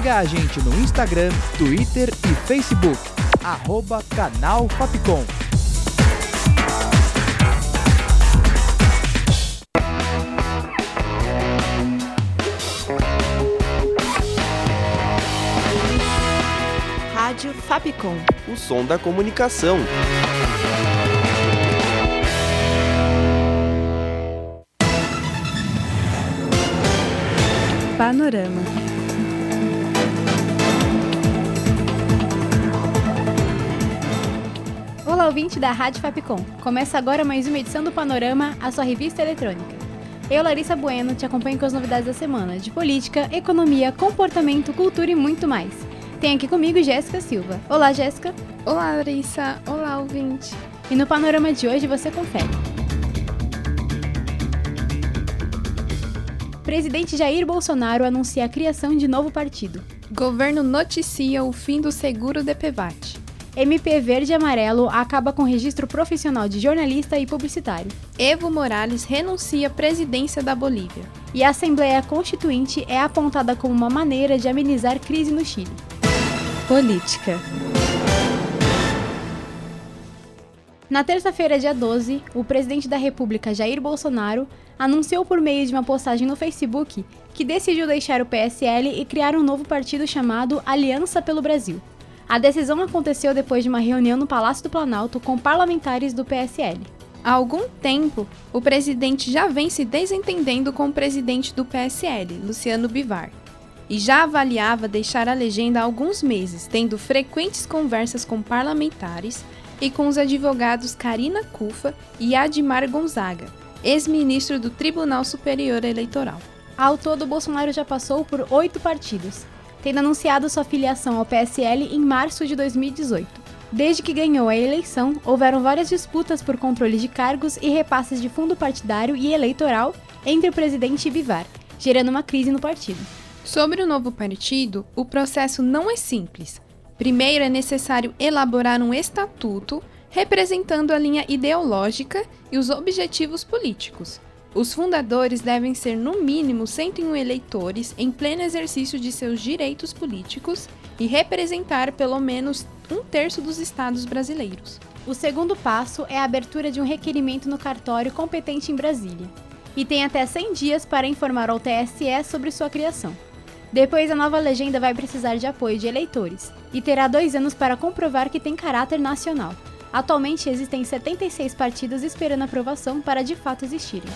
Siga a gente no Instagram, Twitter e Facebook, @canal Fapcom. Rádio Fapcom. O som da comunicação. Panorama. Olá, ouvinte da Rádio Fapcom. Começa agora mais uma edição do Panorama, a sua revista eletrônica. Eu, Larissa Bueno, te acompanho com as novidades da semana de política, economia, comportamento, cultura e muito mais. Tem aqui comigo Jéssica Silva. Olá, Jéssica. Olá, Larissa. Olá, ouvinte. E no Panorama de hoje você confere. Presidente Jair Bolsonaro anuncia a criação de novo partido. Governo noticia o fim do seguro DPVAT. MP Verde e Amarelo acaba com registro profissional de jornalista e publicitário. Evo Morales renuncia à presidência da Bolívia. E a Assembleia Constituinte é apontada como uma maneira de amenizar crise no Chile. Política. Na terça-feira, dia 12, o presidente da República, Jair Bolsonaro, anunciou por meio de uma postagem no Facebook que decidiu deixar o PSL e criar um novo partido chamado Aliança pelo Brasil. A decisão aconteceu depois de uma reunião no Palácio do Planalto com parlamentares do PSL. Há algum tempo, o presidente já vem se desentendendo com o presidente do PSL, Luciano Bivar, e já avaliava deixar a legenda há alguns meses, tendo frequentes conversas com parlamentares e com os advogados Karina Cufa e Admar Gonzaga, ex-ministro do Tribunal Superior Eleitoral. Ao todo, Bolsonaro já passou por 8 partidos, tendo anunciado sua filiação ao PSL em março de 2018. Desde que ganhou a eleição, houveram várias disputas por controle de cargos e repasses de fundo partidário e eleitoral entre o presidente e Bivar, gerando uma crise no partido. Sobre o novo partido, o processo não é simples. Primeiro é necessário elaborar um estatuto representando a linha ideológica e os objetivos políticos. Os fundadores devem ser, no mínimo, 101 eleitores em pleno exercício de seus direitos políticos e representar pelo menos 1/3 dos estados brasileiros. O segundo passo é a abertura de um requerimento no cartório competente em Brasília, e tem até 100 dias para informar ao TSE sobre sua criação. Depois, a nova legenda vai precisar de apoio de eleitores, e terá 2 anos para comprovar que tem caráter nacional. Atualmente, existem 76 partidos esperando aprovação para de fato existirem.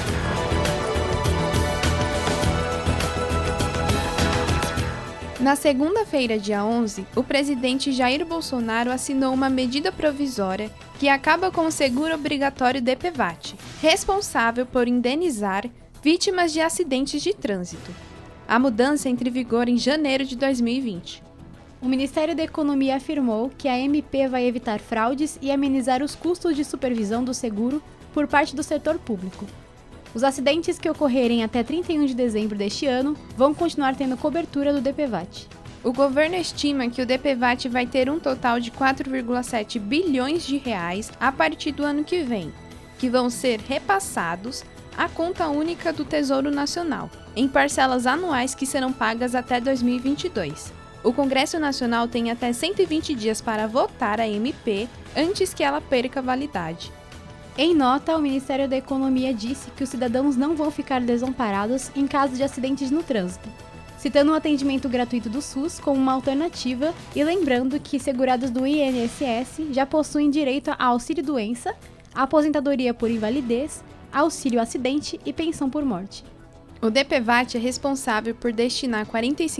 Na segunda-feira, dia 11, o presidente Jair Bolsonaro assinou uma medida provisória que acaba com o seguro obrigatório DPVAT, responsável por indenizar vítimas de acidentes de trânsito. A mudança entra em vigor em janeiro de 2020. O Ministério da Economia afirmou que a MP vai evitar fraudes e amenizar os custos de supervisão do seguro por parte do setor público. Os acidentes que ocorrerem até 31 de dezembro deste ano vão continuar tendo cobertura do DPVAT. O governo estima que o DPVAT vai ter um total de 4,7 bilhões de reais a partir do ano que vem, que vão ser repassados à conta única do Tesouro Nacional, em parcelas anuais que serão pagas até 2022. O Congresso Nacional tem até 120 dias para votar a MP antes que ela perca validade. Em nota, o Ministério da Economia disse que os cidadãos não vão ficar desamparados em caso de acidentes no trânsito, citando um atendimento gratuito do SUS como uma alternativa e lembrando que segurados do INSS já possuem direito a auxílio-doença, aposentadoria por invalidez, auxílio-acidente e pensão por morte. O DPVAT é responsável por destinar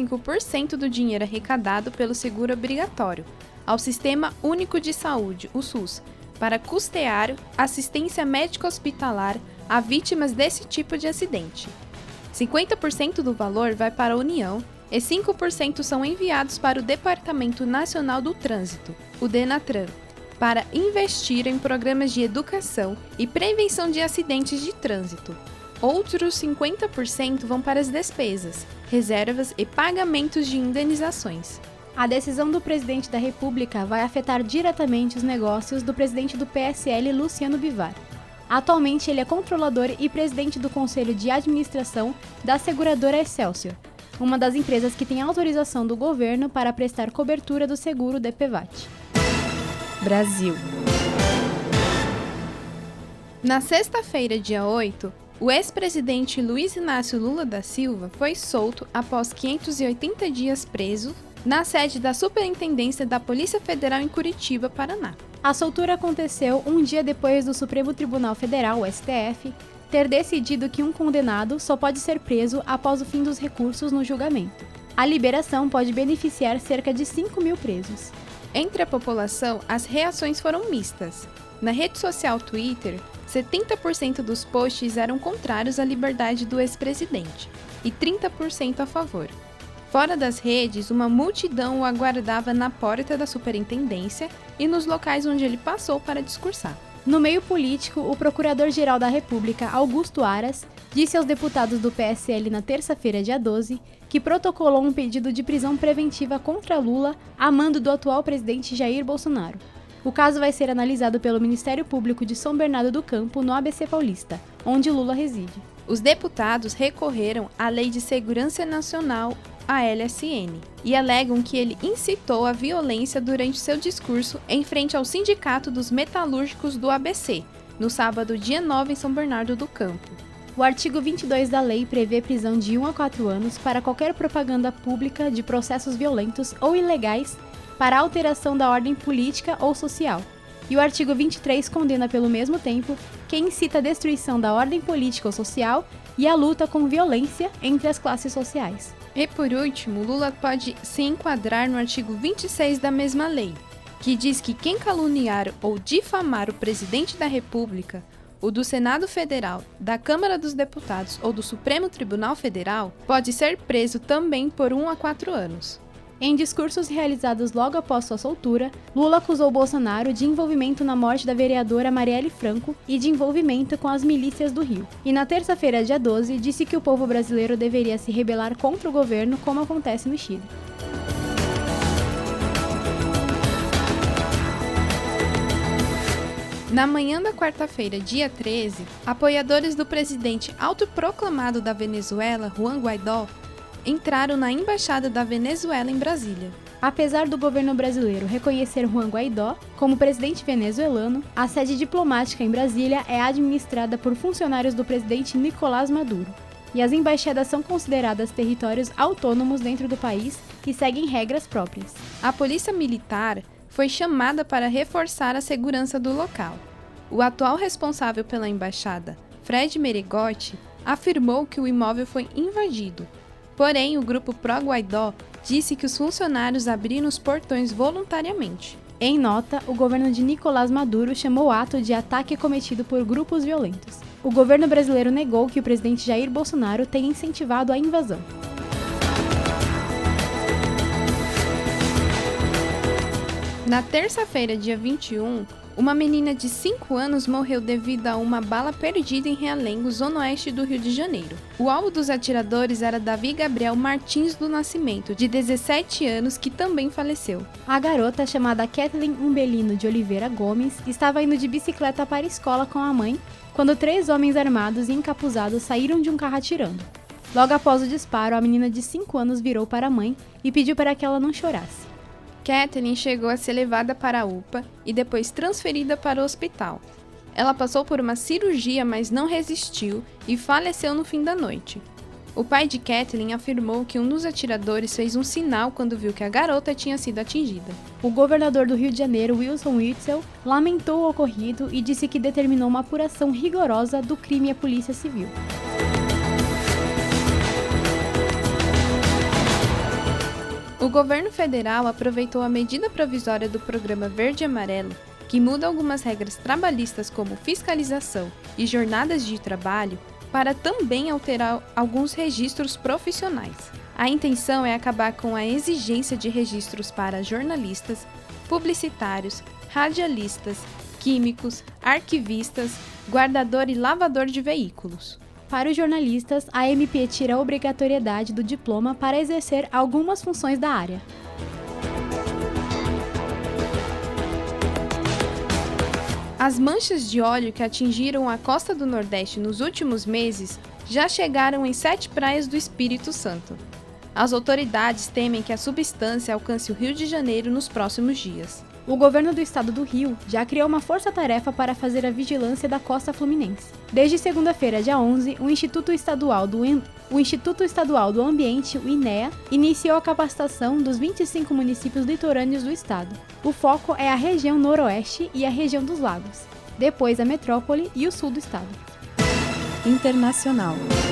45% do dinheiro arrecadado pelo seguro obrigatório ao Sistema Único de Saúde, o SUS, para custear assistência médico-hospitalar a vítimas desse tipo de acidente. 50% do valor vai para a União e 5% são enviados para o Departamento Nacional do Trânsito, o DENATRAN, para investir em programas de educação e prevenção de acidentes de trânsito. Outros 50% vão para as despesas, reservas e pagamentos de indenizações. A decisão do presidente da República vai afetar diretamente os negócios do presidente do PSL, Luciano Bivar. Atualmente, ele é controlador e presidente do Conselho de Administração da seguradora Excelsior. uma das empresas que tem autorização do governo para prestar cobertura do seguro DPVAT. Brasil. Na sexta-feira, dia 8, o ex-presidente Luiz Inácio Lula da Silva foi solto após 580 dias preso na sede da Superintendência da Polícia Federal em Curitiba, Paraná. A soltura aconteceu um dia depois do Supremo Tribunal Federal, o STF, ter decidido que um condenado só pode ser preso após o fim dos recursos no julgamento. A liberação pode beneficiar cerca de 5 mil presos. Entre a população, as reações foram mistas. Na rede social Twitter, 70% dos posts eram contrários à liberdade do ex-presidente e 30% a favor. Fora das redes, uma multidão o aguardava na porta da superintendência e nos locais onde ele passou para discursar. No meio político, o Procurador-Geral da República, Augusto Aras, disse aos deputados do PSL na terça-feira, dia 12, que protocolou um pedido de prisão preventiva contra Lula a mando do atual presidente Jair Bolsonaro. O caso vai ser analisado pelo Ministério Público de São Bernardo do Campo, no ABC Paulista, onde Lula reside. Os deputados recorreram à Lei de Segurança Nacional, a LSN, e alegam que ele incitou a violência durante seu discurso em frente ao Sindicato dos Metalúrgicos do ABC, no sábado, dia 9, em São Bernardo do Campo. O artigo 22 da lei prevê prisão de 1 a 4 anos para qualquer propaganda pública de processos violentos ou ilegais para alteração da ordem política ou social. E o artigo 23 condena pelo mesmo tempo quem incita a destruição da ordem política ou social e a luta com violência entre as classes sociais. E por último, Lula pode se enquadrar no artigo 26 da mesma lei, que diz que quem caluniar ou difamar o presidente da República, o do Senado Federal, da Câmara dos Deputados ou do Supremo Tribunal Federal, pode ser preso também por 1 a 4 anos. Em discursos realizados logo após sua soltura, Lula acusou Bolsonaro de envolvimento na morte da vereadora Marielle Franco e de envolvimento com as milícias do Rio. E na terça-feira, dia 12, disse que o povo brasileiro deveria se rebelar contra o governo, como acontece no Chile. Na manhã da quarta-feira, dia 13, apoiadores do presidente autoproclamado da Venezuela, Juan Guaidó, entraram na Embaixada da Venezuela em Brasília. Apesar do governo brasileiro reconhecer Juan Guaidó como presidente venezuelano, a sede diplomática em Brasília é administrada por funcionários do presidente Nicolás Maduro. E as embaixadas são consideradas territórios autônomos dentro do país e seguem regras próprias. A polícia militar foi chamada para reforçar a segurança do local. O atual responsável pela embaixada, Fred Meregotti, afirmou que o imóvel foi invadido. Porém, o grupo pró-Guaidó disse que os funcionários abriram os portões voluntariamente. Em nota, o governo de Nicolás Maduro chamou o ato de ataque cometido por grupos violentos. O governo brasileiro negou que o presidente Jair Bolsonaro tenha incentivado a invasão. Na terça-feira, dia 21, uma menina de 5 anos morreu devido a uma bala perdida em Realengo, zona oeste do Rio de Janeiro. O alvo dos atiradores era Davi Gabriel Martins do Nascimento, de 17 anos, que também faleceu. A garota, chamada Kathleen Umbelino de Oliveira Gomes, estava indo de bicicleta para a escola com a mãe, quando 3 homens armados e encapuzados saíram de um carro atirando. Logo após o disparo, a menina de 5 anos virou para a mãe e pediu para que ela não chorasse. Kathleen chegou a ser levada para a UPA e depois transferida para o hospital. Ela passou por uma cirurgia, mas não resistiu e faleceu no fim da noite. O pai de Kathleen afirmou que um dos atiradores fez um sinal quando viu que a garota tinha sido atingida. O governador do Rio de Janeiro, Wilson Witzel, lamentou o ocorrido e disse que determinou uma apuração rigorosa do crime à Polícia Civil. O governo federal aproveitou a medida provisória do Programa Verde e Amarelo, que muda algumas regras trabalhistas como fiscalização e jornadas de trabalho, para também alterar alguns registros profissionais. A intenção é acabar com a exigência de registros para jornalistas, publicitários, radialistas, químicos, arquivistas, guardador e lavador de veículos. Para os jornalistas, a MP tira a obrigatoriedade do diploma para exercer algumas funções da área. As manchas de óleo que atingiram a costa do Nordeste nos últimos meses já chegaram em 7 praias do Espírito Santo. As autoridades temem que a substância alcance o Rio de Janeiro nos próximos dias. O governo do estado do Rio já criou uma força-tarefa para fazer a vigilância da costa fluminense. Desde segunda-feira, dia 11, o Instituto Estadual do Ambiente, o INEA, iniciou a capacitação dos 25 municípios litorâneos do estado. O foco é a região noroeste e a região dos lagos, depois a metrópole e o sul do estado. Internacional.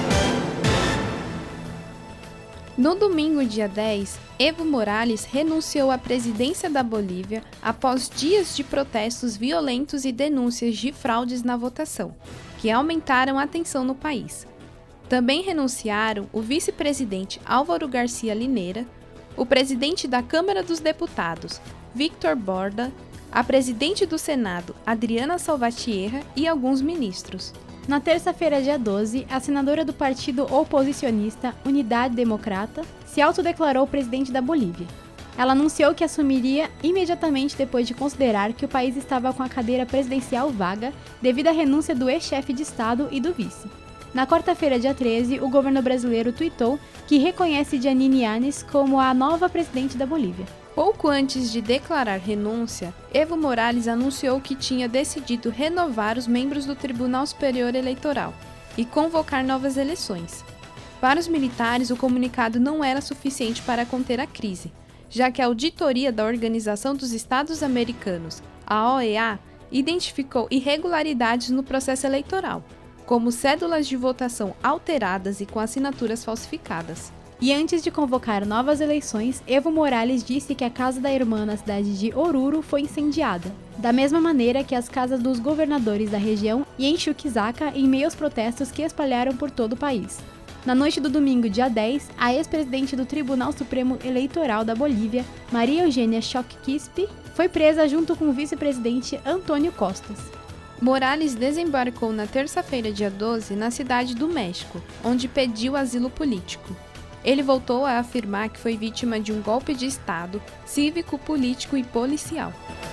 No domingo, dia 10, Evo Morales renunciou à presidência da Bolívia após dias de protestos violentos e denúncias de fraudes na votação, que aumentaram a tensão no país. Também renunciaram o vice-presidente Álvaro Garcia Linera, o presidente da Câmara dos Deputados, Victor Borda, a presidente do Senado, Adriana Salvatierra, e alguns ministros. Na terça-feira, dia 12, a senadora do partido oposicionista Unidade Democrata se autodeclarou presidente da Bolívia. Ela anunciou que assumiria imediatamente depois de considerar que o país estava com a cadeira presidencial vaga devido à renúncia do ex-chefe de Estado e do vice. Na quarta-feira, dia 13, o governo brasileiro tuitou que reconhece Janine Áñez como a nova presidente da Bolívia. Pouco antes de declarar renúncia, Evo Morales anunciou que tinha decidido renovar os membros do Tribunal Superior Eleitoral e convocar novas eleições. Para os militares, o comunicado não era suficiente para conter a crise, já que a auditoria da Organização dos Estados Americanos, a OEA, identificou irregularidades no processo eleitoral, como cédulas de votação alteradas e com assinaturas falsificadas. E antes de convocar novas eleições, Evo Morales disse que a casa da irmã na cidade de Oruro foi incendiada, da mesma maneira que as casas dos governadores da região e em Chuquisaca, em meio aos protestos que espalharam por todo o país. Na noite do domingo, dia 10, a ex-presidente do Tribunal Supremo Eleitoral da Bolívia, Maria Eugênia Schoch Quispe, foi presa junto com o vice-presidente Antônio Costas. Morales desembarcou na terça-feira, dia 12, na cidade do México, onde pediu asilo político. Ele voltou a afirmar que foi vítima de um golpe de Estado, cívico, político e policial.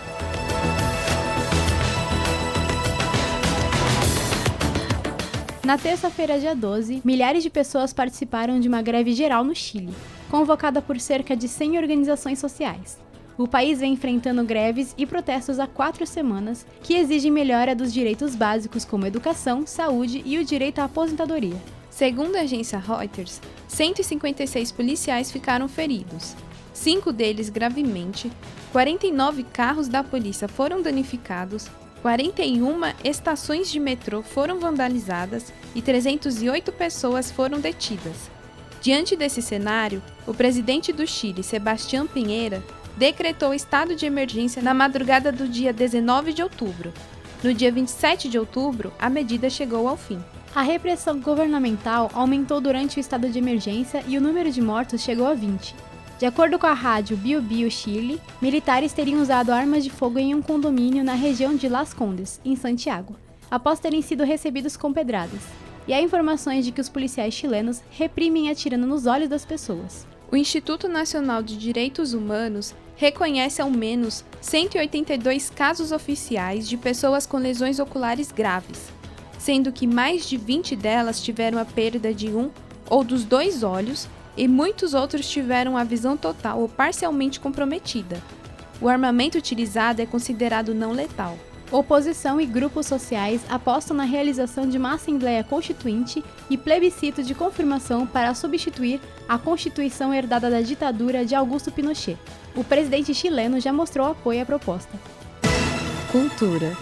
Na terça-feira, dia 12, milhares de pessoas participaram de uma greve geral no Chile, convocada por cerca de 100 organizações sociais. O país vem enfrentando greves e protestos há 4 semanas que exigem melhora dos direitos básicos como educação, saúde e o direito à aposentadoria. Segundo a agência Reuters, 156 policiais ficaram feridos, 5 deles gravemente, 49 carros da polícia foram danificados, 41 estações de metrô foram vandalizadas e 308 pessoas foram detidas. Diante desse cenário, o presidente do Chile, Sebastián Piñera, decretou estado de emergência na madrugada do dia 19 de outubro. No dia 27 de outubro, a medida chegou ao fim. A repressão governamental aumentou durante o estado de emergência e o número de mortos chegou a 20. De acordo com a rádio Bio Chile, militares teriam usado armas de fogo em um condomínio na região de Las Condes, em Santiago, após terem sido recebidos com pedradas. E há informações de que os policiais chilenos reprimem atirando nos olhos das pessoas. O Instituto Nacional de Direitos Humanos reconhece ao menos 182 casos oficiais de pessoas com lesões oculares graves, sendo que mais de 20 delas tiveram a perda de um ou dos 2 olhos e muitos outros tiveram a visão total ou parcialmente comprometida. O armamento utilizado é considerado não letal. Oposição e grupos sociais apostam na realização de uma Assembleia Constituinte e plebiscito de confirmação para substituir a Constituição herdada da ditadura de Augusto Pinochet. O presidente chileno já mostrou apoio à proposta. Cultura.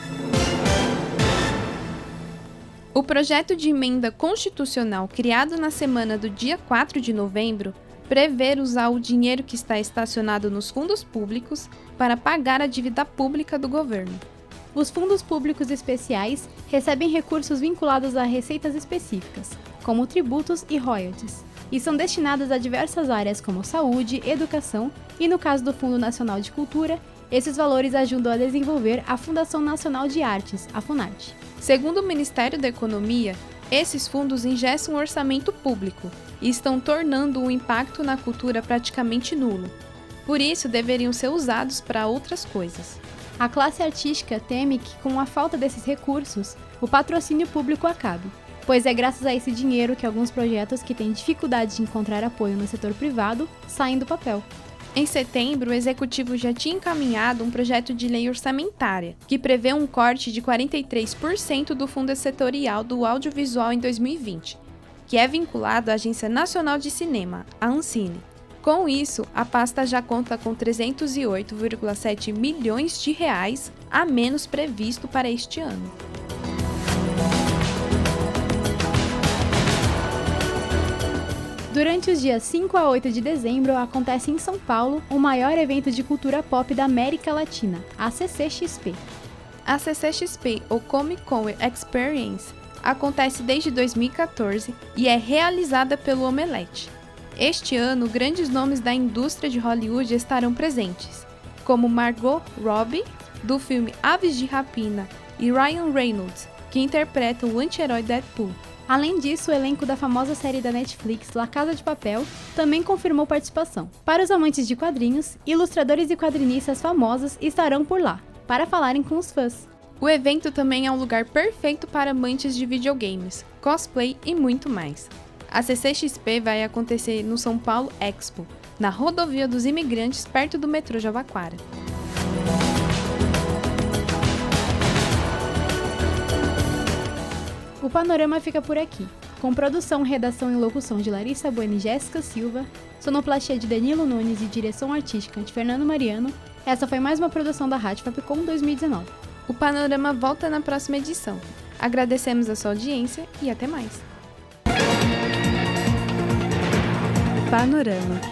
O projeto de emenda constitucional criado na semana do dia 4 de novembro prevê usar o dinheiro que está estacionado nos fundos públicos para pagar a dívida pública do governo. Os fundos públicos especiais recebem recursos vinculados a receitas específicas, como tributos e royalties, e são destinados a diversas áreas como saúde, educação e, no caso do Fundo Nacional de Cultura, esses valores ajudam a desenvolver a Fundação Nacional de Artes, a FUNARTE. Segundo o Ministério da Economia, esses fundos ingessam o orçamento público e estão tornando o impacto na cultura praticamente nulo. Por isso, deveriam ser usados para outras coisas. A classe artística teme que, com a falta desses recursos, o patrocínio público acabe, pois é graças a esse dinheiro que alguns projetos que têm dificuldade de encontrar apoio no setor privado saem do papel. Em setembro, o Executivo já tinha encaminhado um projeto de lei orçamentária, que prevê um corte de 43% do fundo setorial do audiovisual em 2020, que é vinculado à Agência Nacional de Cinema, a Ancine. Com isso, a pasta já conta com 308,7 milhões de reais a menos previsto para este ano. Durante os dias 5 a 8 de dezembro, acontece em São Paulo o maior evento de cultura pop da América Latina, a CCXP. A CCXP, ou Comic Con Experience, acontece desde 2014 e é realizada pelo Omelete. Este ano, grandes nomes da indústria de Hollywood estarão presentes, como Margot Robbie, do filme Aves de Rapina, e Ryan Reynolds, que interpreta o anti-herói Deadpool. Além disso, o elenco da famosa série da Netflix, La Casa de Papel, também confirmou participação. Para os amantes de quadrinhos, ilustradores e quadrinistas famosos estarão por lá, para falarem com os fãs. O evento também é um lugar perfeito para amantes de videogames, cosplay e muito mais. A CCXP vai acontecer no São Paulo Expo, na Rodovia dos Imigrantes, perto do metrô Jabaquara. O Panorama fica por aqui, com produção, redação e locução de Larissa Bueno e Jéssica Silva, sonoplastia de Danilo Nunes e direção artística de Fernando Mariano. Essa foi mais uma produção da Rádio Fapcom 2019. O Panorama volta na próxima edição. Agradecemos a sua audiência e até mais. Panorama.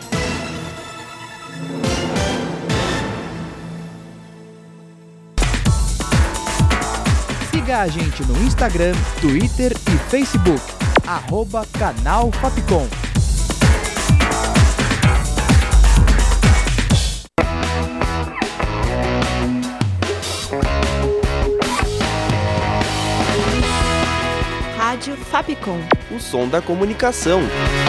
Siga a gente no Instagram, Twitter e Facebook, @Canal Fapcom. O som da comunicação.